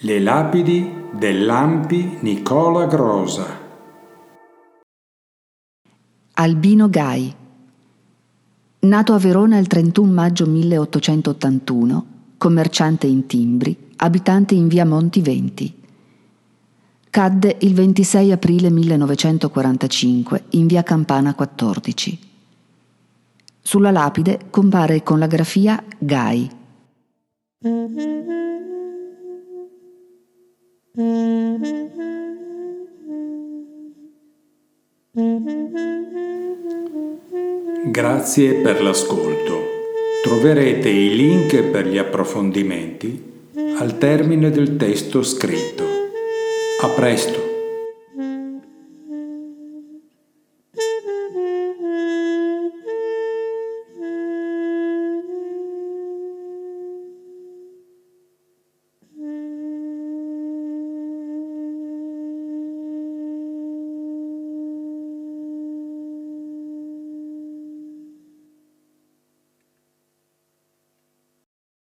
Le lapidi dell'Ampi Nicola Grosa. Albino Gai. Nato a Verona il 31 maggio 1881, commerciante in timbri, abitante in via Monti 20. Cadde il 26 aprile 1945 in via Campana 14. Sulla lapide compare con la grafia Gai. Grazie per l'ascolto. Troverete i link per gli approfondimenti al termine del testo scritto. A presto!